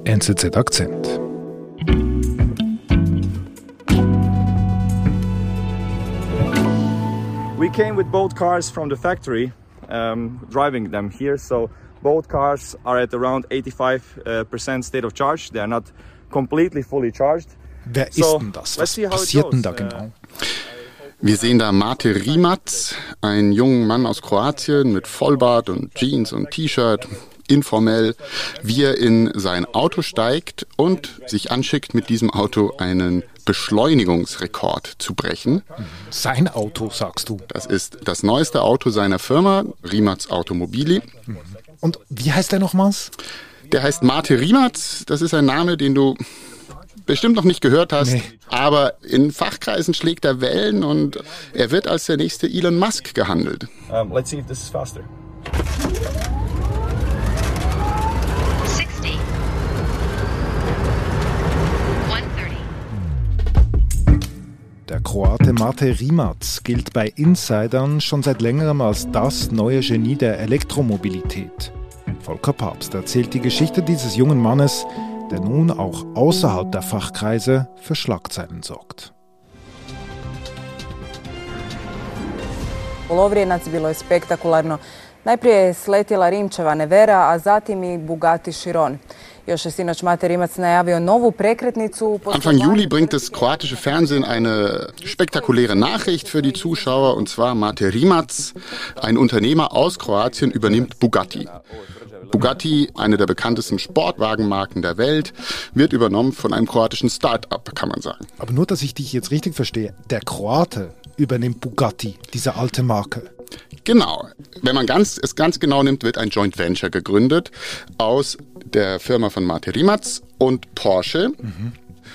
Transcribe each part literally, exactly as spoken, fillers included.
N Z Z Akzent. We came with both cars from the factory, um, driving them here. So both cars are at around eighty-five percent state of charge. They are not completely fully charged. Wer ist denn das? Was passiert denn da genau? Wir sehen da Mate Rimac, einen jungen Mann aus Kroatien mit Vollbart und Jeans und T-Shirt, informell, wie er in sein Auto steigt und sich anschickt, mit diesem Auto einen Beschleunigungsrekord zu brechen. Sein Auto, sagst du? Das ist das neueste Auto seiner Firma, Rimac Automobili. Und wie heißt der nochmals? Der heißt Mate Rimac. Das ist ein Name, den du bestimmt noch nicht gehört hast, nee. Aber in Fachkreisen schlägt er Wellen und er wird als der nächste Elon Musk gehandelt. Um, let's see if this is faster. sixty. one thirty. Der Kroate Mate Rimac gilt bei Insidern schon seit längerem als das neue Genie der Elektromobilität. Volker Papst erzählt die Geschichte dieses jungen Mannes, der nun auch außerhalb der Fachkreise für Schlagzeilen sorgt. U Lovrijenac bilo je spektakularno. Najprije je sletjela Rimčeva Nevera, a zatim i Bugatti Chiron. Još je sinoć Mate Rimac najavio novu prekretnicu. Anfang Juli bringt das kroatische Fernsehen eine spektakuläre Nachricht für die Zuschauer, und zwar Mate Rimac, ein Unternehmer aus Kroatien, übernimmt Bugatti. Bugatti, eine der bekanntesten Sportwagenmarken der Welt, wird übernommen von einem kroatischen Start-up, kann man sagen. Aber nur, dass ich dich jetzt richtig verstehe, der Kroate übernimmt Bugatti, diese alte Marke. Genau. Wenn man ganz, es ganz genau nimmt, wird ein Joint Venture gegründet aus der Firma von Mate Rimac und Porsche. Mhm.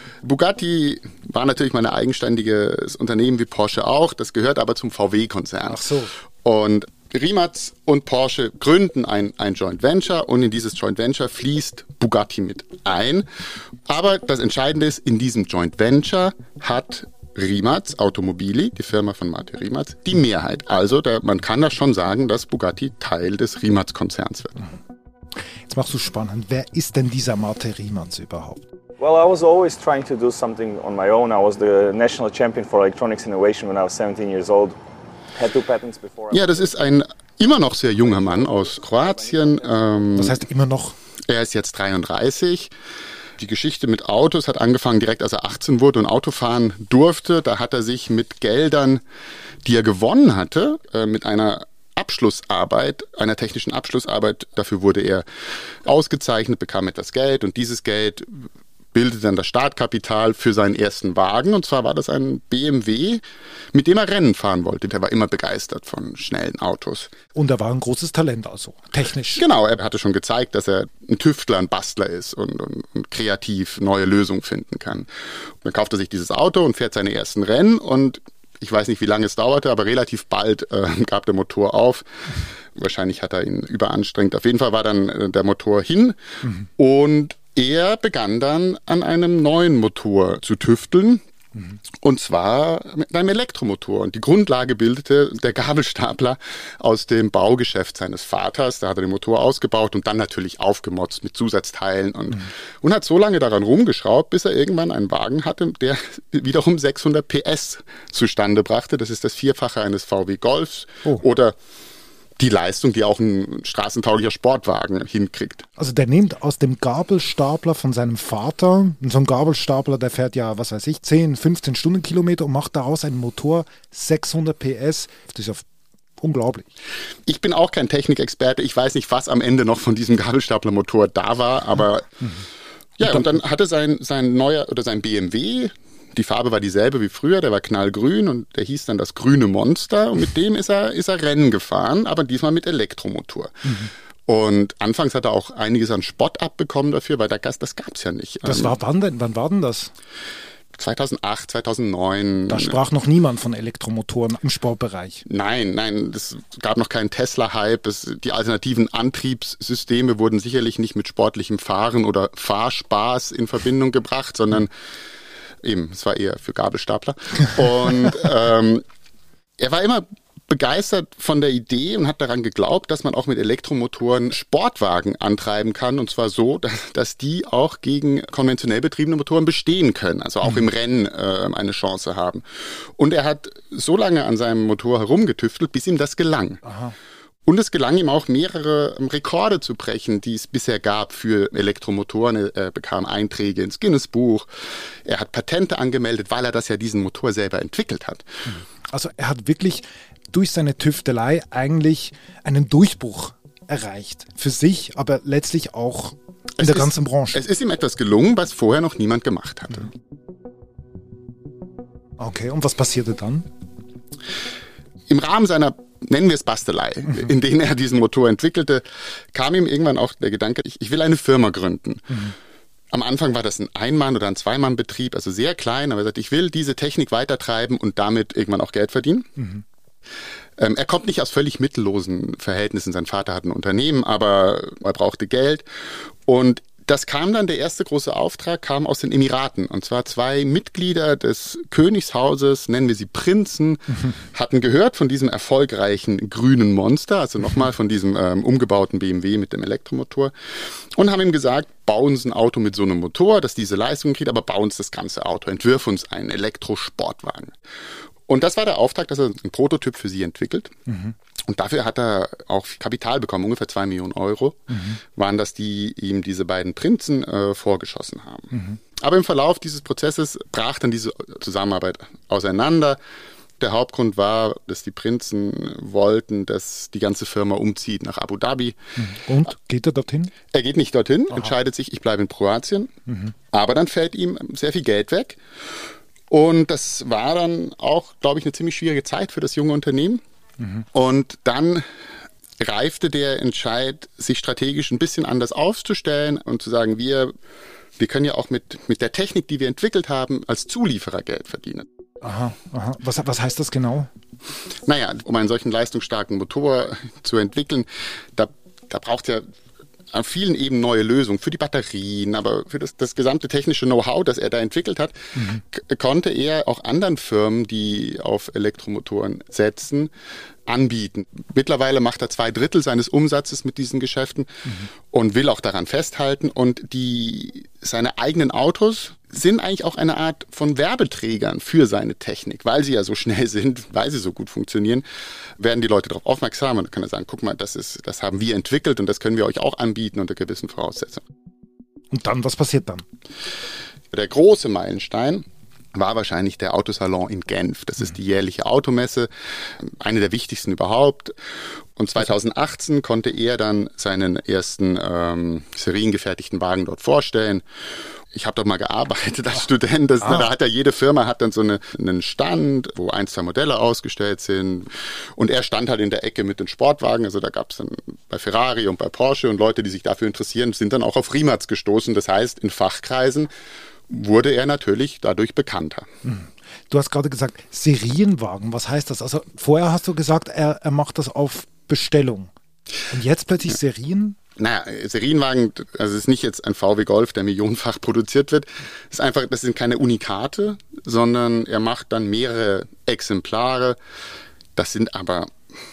Bugatti war natürlich mal ein eigenständiges Unternehmen wie Porsche auch, das gehört aber zum V W-Konzern. Ach so. Und Rimac und Porsche gründen ein, ein Joint Venture und in dieses Joint Venture fließt Bugatti mit ein. Aber das Entscheidende ist, in diesem Joint Venture hat Rimac Automobili, die Firma von Mate Rimac, die Mehrheit. Also der, man kann da schon sagen, dass Bugatti Teil des Rimac-Konzerns wird. Jetzt machst du spannend. Wer ist denn dieser Mate Rimac überhaupt? Well, I was always trying to do something on my own. I was the national champion for electronics innovation when I was seventeen years old. Had two patents before. Ja, das ist ein immer noch sehr junger Mann aus Kroatien. Ähm, Was heißt immer noch? Er ist jetzt dreiunddreißig. Die Geschichte mit Autos hat angefangen direkt, als er achtzehn wurde und Auto fahren durfte. Da hat er sich mit Geldern, die er gewonnen hatte, äh, mit einer Abschlussarbeit, einer technischen Abschlussarbeit, dafür wurde er ausgezeichnet, bekam etwas Geld und dieses Geld bildete dann das Startkapital für seinen ersten Wagen. Und zwar war das ein B M W, mit dem er Rennen fahren wollte. Der war immer begeistert von schnellen Autos. Und er war ein großes Talent, also technisch. Genau, er hatte schon gezeigt, dass er ein Tüftler, ein Bastler ist und, und, und kreativ neue Lösungen finden kann. Und dann kauft er sich dieses Auto und fährt seine ersten Rennen. Und ich weiß nicht, wie lange es dauerte, aber relativ bald äh, gab der Motor auf. Wahrscheinlich hat er ihn überanstrengt. Auf jeden Fall war dann äh, der Motor hin. Mhm. Und er begann dann an einem neuen Motor zu tüfteln, mhm. und zwar mit einem Elektromotor. Und die Grundlage bildete der Gabelstapler aus dem Baugeschäft seines Vaters. Da hat er den Motor ausgebaut und dann natürlich aufgemotzt mit Zusatzteilen und, mhm. und hat so lange daran rumgeschraubt, bis er irgendwann einen Wagen hatte, der wiederum sechshundert P S zustande brachte. Das ist das Vierfache eines V W Golfs oh. oder die Leistung, die auch ein straßentauglicher Sportwagen hinkriegt. Also der nimmt aus dem Gabelstapler von seinem Vater, so ein Gabelstapler, der fährt ja, was weiß ich, zehn, fünfzehn Stundenkilometer und macht daraus einen Motor, sechshundert P S. Das ist ja unglaublich. Ich bin auch kein Technikexperte. Ich weiß nicht, was am Ende noch von diesem Gabelstaplermotor da war, aber mhm. ja, und dann hatte sein, sein neuer oder sein B M W, die Farbe war dieselbe wie früher, der war knallgrün und der hieß dann das grüne Monster und mit dem ist er, ist er Rennen gefahren, aber diesmal mit Elektromotor. Mhm. Und anfangs hat er auch einiges an Spott abbekommen dafür, weil das, das gab es ja nicht. Das war wann denn? Wann war denn das? zweitausendacht, zweitausendneun. Da sprach noch niemand von Elektromotoren im Sportbereich. Nein, nein, es gab noch keinen Tesla-Hype. Es, die alternativen Antriebssysteme wurden sicherlich nicht mit sportlichem Fahren oder Fahrspaß in Verbindung gebracht, sondern eben, es war eher für Gabelstapler. Und ähm, er war immer begeistert von der Idee und hat daran geglaubt, dass man auch mit Elektromotoren Sportwagen antreiben kann. Und zwar so, dass, dass die auch gegen konventionell betriebene Motoren bestehen können. Also auch mhm. im Rennen äh, eine Chance haben. Und er hat so lange an seinem Motor herumgetüftelt, bis ihm das gelang. Aha. Und es gelang ihm auch, mehrere Rekorde zu brechen, die es bisher gab für Elektromotoren. Er bekam Einträge ins Guinness-Buch. Er hat Patente angemeldet, weil er das ja diesen Motor selber entwickelt hat. Also er hat wirklich durch seine Tüftelei eigentlich einen Durchbruch erreicht. Für sich, aber letztlich auch in es der ist, ganzen Branche. Es ist ihm etwas gelungen, was vorher noch niemand gemacht hatte. Okay, und was passierte dann? Im Rahmen seiner, nennen wir es Bastelei, mhm. in denen er diesen Motor entwickelte, kam ihm irgendwann auch der Gedanke, ich, ich will eine Firma gründen. Mhm. Am Anfang war das ein Ein-Mann- oder ein Zwei-Mann-Betrieb, also sehr klein, aber er sagt, ich will diese Technik weitertreiben und damit irgendwann auch Geld verdienen. Mhm. Ähm, er kommt nicht aus völlig mittellosen Verhältnissen. Sein Vater hat ein Unternehmen, aber er brauchte Geld. Und das kam dann, der erste große Auftrag kam aus den Emiraten. Und zwar zwei Mitglieder des Königshauses, nennen wir sie Prinzen, mhm. hatten gehört von diesem erfolgreichen grünen Monster, also nochmal von diesem ähm, umgebauten B M W mit dem Elektromotor, und haben ihm gesagt, bauen Sie ein Auto mit so einem Motor, das diese Leistung kriegt, aber bauen Sie das ganze Auto, entwirf uns einen Elektrosportwagen. Und das war der Auftrag, dass er einen Prototyp für sie entwickelt. Mhm. Und dafür hat er auch Kapital bekommen, ungefähr zwei Millionen Euro, mhm. waren das, die ihm diese beiden Prinzen äh, vorgeschossen haben. Mhm. Aber im Verlauf dieses Prozesses brach dann diese Zusammenarbeit auseinander. Der Hauptgrund war, dass die Prinzen wollten, dass die ganze Firma umzieht nach Abu Dhabi. Und? Geht er dorthin? Er geht nicht dorthin, Aha. entscheidet sich, ich bleibe in Kroatien. Mhm. Aber dann fällt ihm sehr viel Geld weg. Und das war dann auch, glaube ich, eine ziemlich schwierige Zeit für das junge Unternehmen. Mhm. Und dann reifte der Entscheid, sich strategisch ein bisschen anders aufzustellen und zu sagen, wir, wir können ja auch mit, mit der Technik, die wir entwickelt haben, als Zulieferer Geld verdienen. Aha, aha. Was, was heißt das genau? Naja, um einen solchen leistungsstarken Motor zu entwickeln, da, da braucht ja an vielen Ebenen neue Lösungen für die Batterien, aber für das, das gesamte technische Know-how, das er da entwickelt hat, mhm. k- konnte er auch anderen Firmen, die auf Elektromotoren setzen, anbieten. Mittlerweile macht er zwei Drittel seines Umsatzes mit diesen Geschäften mhm. und will auch daran festhalten. Und die seine eigenen Autos sind eigentlich auch eine Art von Werbeträgern für seine Technik, weil sie ja so schnell sind, weil sie so gut funktionieren, werden die Leute darauf aufmerksam und dann kann er sagen, guck mal, das ist, das haben wir entwickelt und das können wir euch auch anbieten unter gewissen Voraussetzungen. Und dann, was passiert dann? Der große Meilenstein war wahrscheinlich der Autosalon in Genf. Das ist die jährliche Automesse, eine der wichtigsten überhaupt. Und zweitausendachtzehn konnte er dann seinen ersten ähm, seriengefertigten Wagen dort vorstellen. Ich habe dort mal gearbeitet als Student. Das, ah. Da hat ja jede Firma hat dann so eine, einen Stand, wo ein, zwei Modelle ausgestellt sind. Und er stand halt in der Ecke mit den Sportwagen. Also da gab es dann bei Ferrari und bei Porsche und Leute, die sich dafür interessieren, sind dann auch auf Rimac gestoßen. Das heißt, in Fachkreisen wurde er natürlich dadurch bekannter. Du hast gerade gesagt, Serienwagen, was heißt das? Also vorher hast du gesagt, er, er macht das auf Bestellung. Und jetzt plötzlich ja. Serien? Naja, Serienwagen, also es ist nicht jetzt ein V W Golf, der millionenfach produziert wird. Es ist einfach, das sind keine Unikate, sondern er macht dann mehrere Exemplare. Das sind aber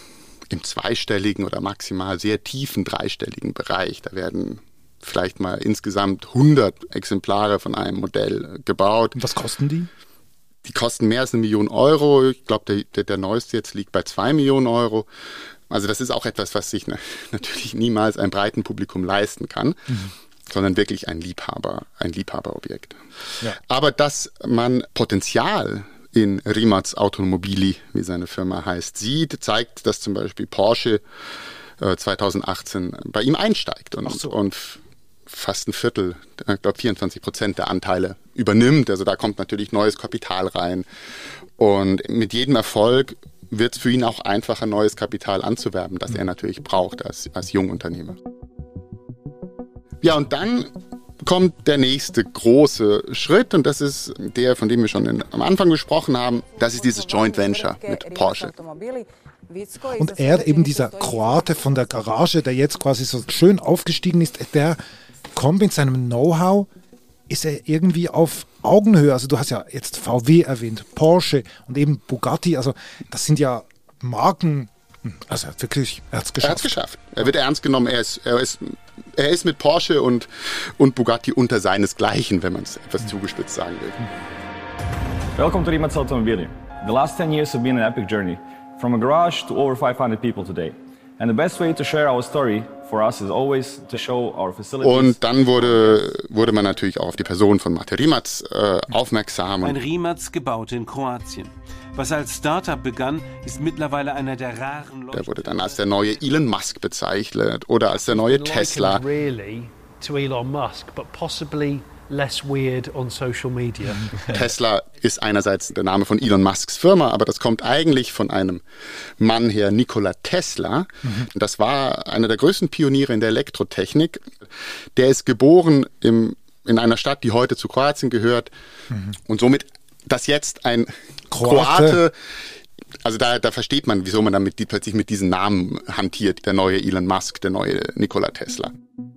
im zweistelligen oder maximal sehr tiefen dreistelligen Bereich. Da werden vielleicht mal insgesamt hundert Exemplare von einem Modell gebaut. Und was kosten die? Die kosten mehr als eine Million Euro. Ich glaube, der, der, der neueste jetzt liegt bei zwei Millionen Euro. Also das ist auch etwas, was sich ne, natürlich niemals einem breiten Publikum leisten kann, mhm. sondern wirklich ein Liebhaber, ein Liebhaberobjekt. Ja. Aber dass man Potenzial in Rimac Automobili, wie seine Firma heißt, sieht, zeigt, dass zum Beispiel Porsche äh, zweitausendachtzehn bei ihm einsteigt und, so. und fast ein Viertel, ich glaube vierundzwanzig Prozent der Anteile übernimmt. Also da kommt natürlich neues Kapital rein. Und mit jedem Erfolg wird es für ihn auch einfacher, neues Kapital anzuwerben, das er natürlich braucht als, als Jungunternehmer. Ja, und dann kommt der nächste große Schritt und das ist der, von dem wir schon in, am Anfang gesprochen haben. Das ist dieses Joint Venture mit Porsche. Und er, eben dieser Kroate von der Garage, der jetzt quasi so schön aufgestiegen ist, der kommt mit seinem Know-how, ist er irgendwie auf Augenhöhe. Also du hast ja jetzt V W erwähnt, Porsche und eben Bugatti. Also das sind ja Marken, also er hat wirklich, er hat es geschafft. Er hat es geschafft. Er wird ernst genommen. Er ist, er ist, er ist mit Porsche und, und Bugatti unter seinesgleichen, wenn man es etwas zugespitzt sagen will. Welcome to Rimac Automobili. The last ten years have been an epic journey, from a garage to over five hundred people today. And the best way to share our story for us is always to show our facilities. Und dann wurde, wurde man natürlich auch auf die Person von Mate Rimac äh, aufmerksam. Ein Rimac gebaut in Kroatien. Was als Startup begann, ist mittlerweile einer der raren Leuchten. Der wurde dann als der neue Elon Musk bezeichnet oder als der neue Tesla. Really to Elon Musk, but possibly less weird on social media. Tesla ist einerseits der Name von Elon Musks Firma, aber das kommt eigentlich von einem Mann her, Nikola Tesla. Mhm. Das war einer der größten Pioniere in der Elektrotechnik. Der ist geboren im, in einer Stadt, die heute zu Kroatien gehört. Mhm. Und somit, dass jetzt ein Kroate, Kroate also da, da versteht man, wieso man damit die, plötzlich mit diesen Namen hantiert. Der neue Elon Musk, der neue Nikola Tesla.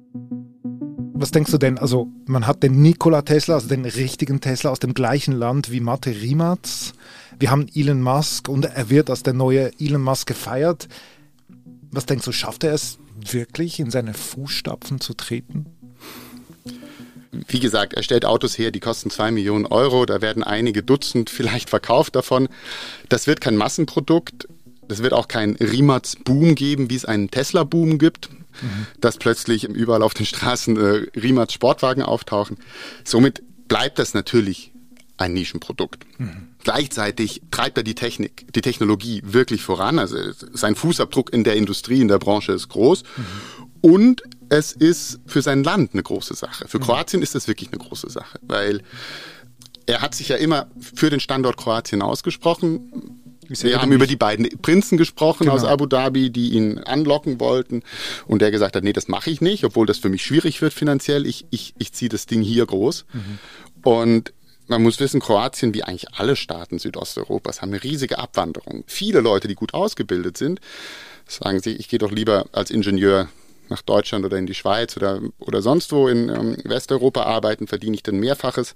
Was denkst du denn? Also man hat den Nikola Tesla, also den richtigen Tesla aus dem gleichen Land wie Mate Rimac. Wir haben Elon Musk und er wird als der neue Elon Musk gefeiert. Was denkst du, schafft er es wirklich, in seine Fußstapfen zu treten? Wie gesagt, er stellt Autos her, die kosten zwei Millionen Euro. Da werden einige Dutzend vielleicht verkauft davon. Das wird kein Massenprodukt. Das wird auch kein Rimac-Boom geben, wie es einen Tesla-Boom gibt. Mhm. Dass plötzlich überall auf den Straßen äh, Rimac Sportwagen auftauchen. Somit bleibt das natürlich ein Nischenprodukt. Mhm. Gleichzeitig treibt er die Technik, die Technologie wirklich voran. Also sein Fußabdruck in der Industrie, in der Branche ist groß. Mhm. Und es ist für sein Land eine große Sache. Für mhm. Kroatien ist das wirklich eine große Sache, weil er hat sich ja immer für den Standort Kroatien ausgesprochen. Wir haben über die beiden Prinzen gesprochen genau. aus Abu Dhabi, die ihn anlocken wollten und der gesagt hat, nee, das mache ich nicht, obwohl das für mich schwierig wird finanziell. Ich, ich, ich ziehe das Ding hier groß. Mhm. Und man muss wissen, Kroatien, wie eigentlich alle Staaten Südosteuropas, haben eine riesige Abwanderung. Viele Leute, die gut ausgebildet sind, sagen sie, ich gehe doch lieber als Ingenieur nach Deutschland oder in die Schweiz oder, oder sonst wo in ähm, Westeuropa arbeiten, verdiene ich dann Mehrfaches.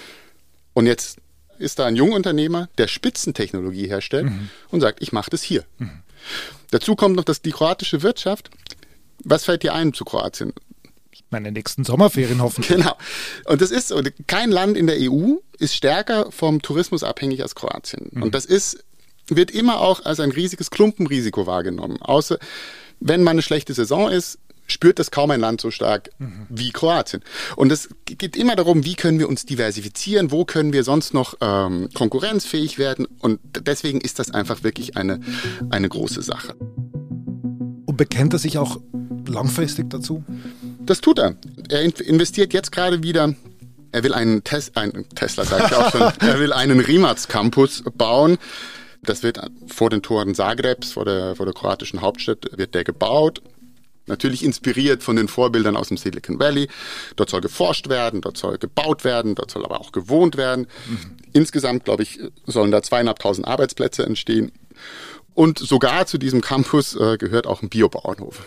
Und jetzt ist da ein Jungunternehmer, der Spitzentechnologie herstellt mhm. und sagt, ich mache das hier. Mhm. Dazu kommt noch, dass die kroatische Wirtschaft, was fällt dir ein zu Kroatien? Meine nächsten Sommerferien hoffentlich. Genau. Und das ist so, kein Land in der E U ist stärker vom Tourismus abhängig als Kroatien. Mhm. Und das ist, wird immer auch als ein riesiges Klumpenrisiko wahrgenommen. Außer wenn mal eine schlechte Saison ist, spürt das kaum ein Land so stark mhm. wie Kroatien. Und es geht immer darum, wie können wir uns diversifizieren, wo können wir sonst noch ähm, konkurrenzfähig werden. Und deswegen ist das einfach wirklich eine, eine große Sache. Und bekennt er sich auch langfristig dazu? Das tut er. Er investiert jetzt gerade wieder, er will einen, Tes- einen Tesla, sage ich auch schon, er will einen Rimac-Campus bauen. Das wird vor den Toren Zagrebs, vor der, vor der kroatischen Hauptstadt, wird der gebaut. Natürlich inspiriert von den Vorbildern aus dem Silicon Valley. Dort soll geforscht werden, dort soll gebaut werden, dort soll aber auch gewohnt werden. Mhm. Insgesamt, glaube ich, sollen da zweieinhalbtausend Arbeitsplätze entstehen. Und sogar zu diesem Campus äh, gehört auch ein Biobauernhof.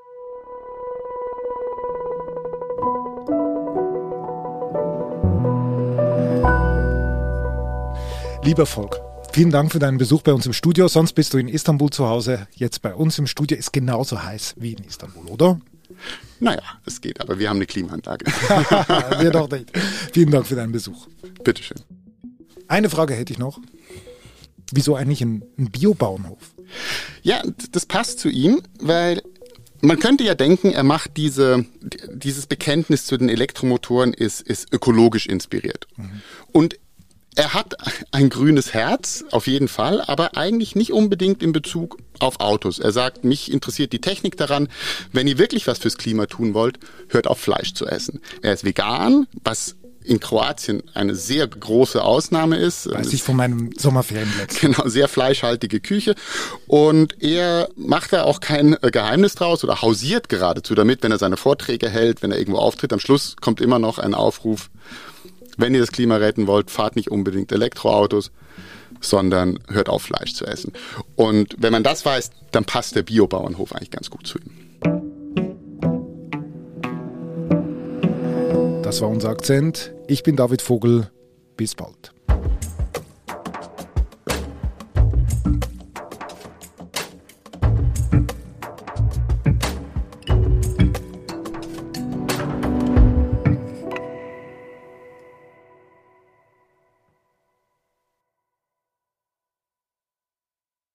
Lieber Volk, vielen Dank für deinen Besuch bei uns im Studio. Sonst bist du in Istanbul zu Hause. Jetzt bei uns im Studio ist genauso heiß wie in Istanbul, oder? Naja, es geht, aber wir haben eine Klimaanlage. Wir doch nicht. Vielen Dank für deinen Besuch. Bitteschön. Eine Frage hätte ich noch. Wieso eigentlich ein, ein Biobauernhof? Ja, das passt zu ihm, weil man könnte ja denken, er macht diese, dieses Bekenntnis zu den Elektromotoren ist, ist ökologisch inspiriert. Mhm. Und er hat ein grünes Herz, auf jeden Fall, aber eigentlich nicht unbedingt in Bezug auf Autos. Er sagt, mich interessiert die Technik daran. Wenn ihr wirklich was fürs Klima tun wollt, hört auf, Fleisch zu essen. Er ist vegan, was in Kroatien eine sehr große Ausnahme ist. Weiß ich von meinem Sommerferienplatz. Genau, sehr fleischhaltige Küche. Und er macht da auch kein Geheimnis draus oder hausiert geradezu damit, wenn er seine Vorträge hält, wenn er irgendwo auftritt. Am Schluss kommt immer noch ein Aufruf: Wenn ihr das Klima retten wollt, fahrt nicht unbedingt Elektroautos, sondern hört auf, Fleisch zu essen. Und wenn man das weiß, dann passt der Biobauernhof eigentlich ganz gut zu ihm. Das war unser Akzent. Ich bin David Vogel. Bis bald.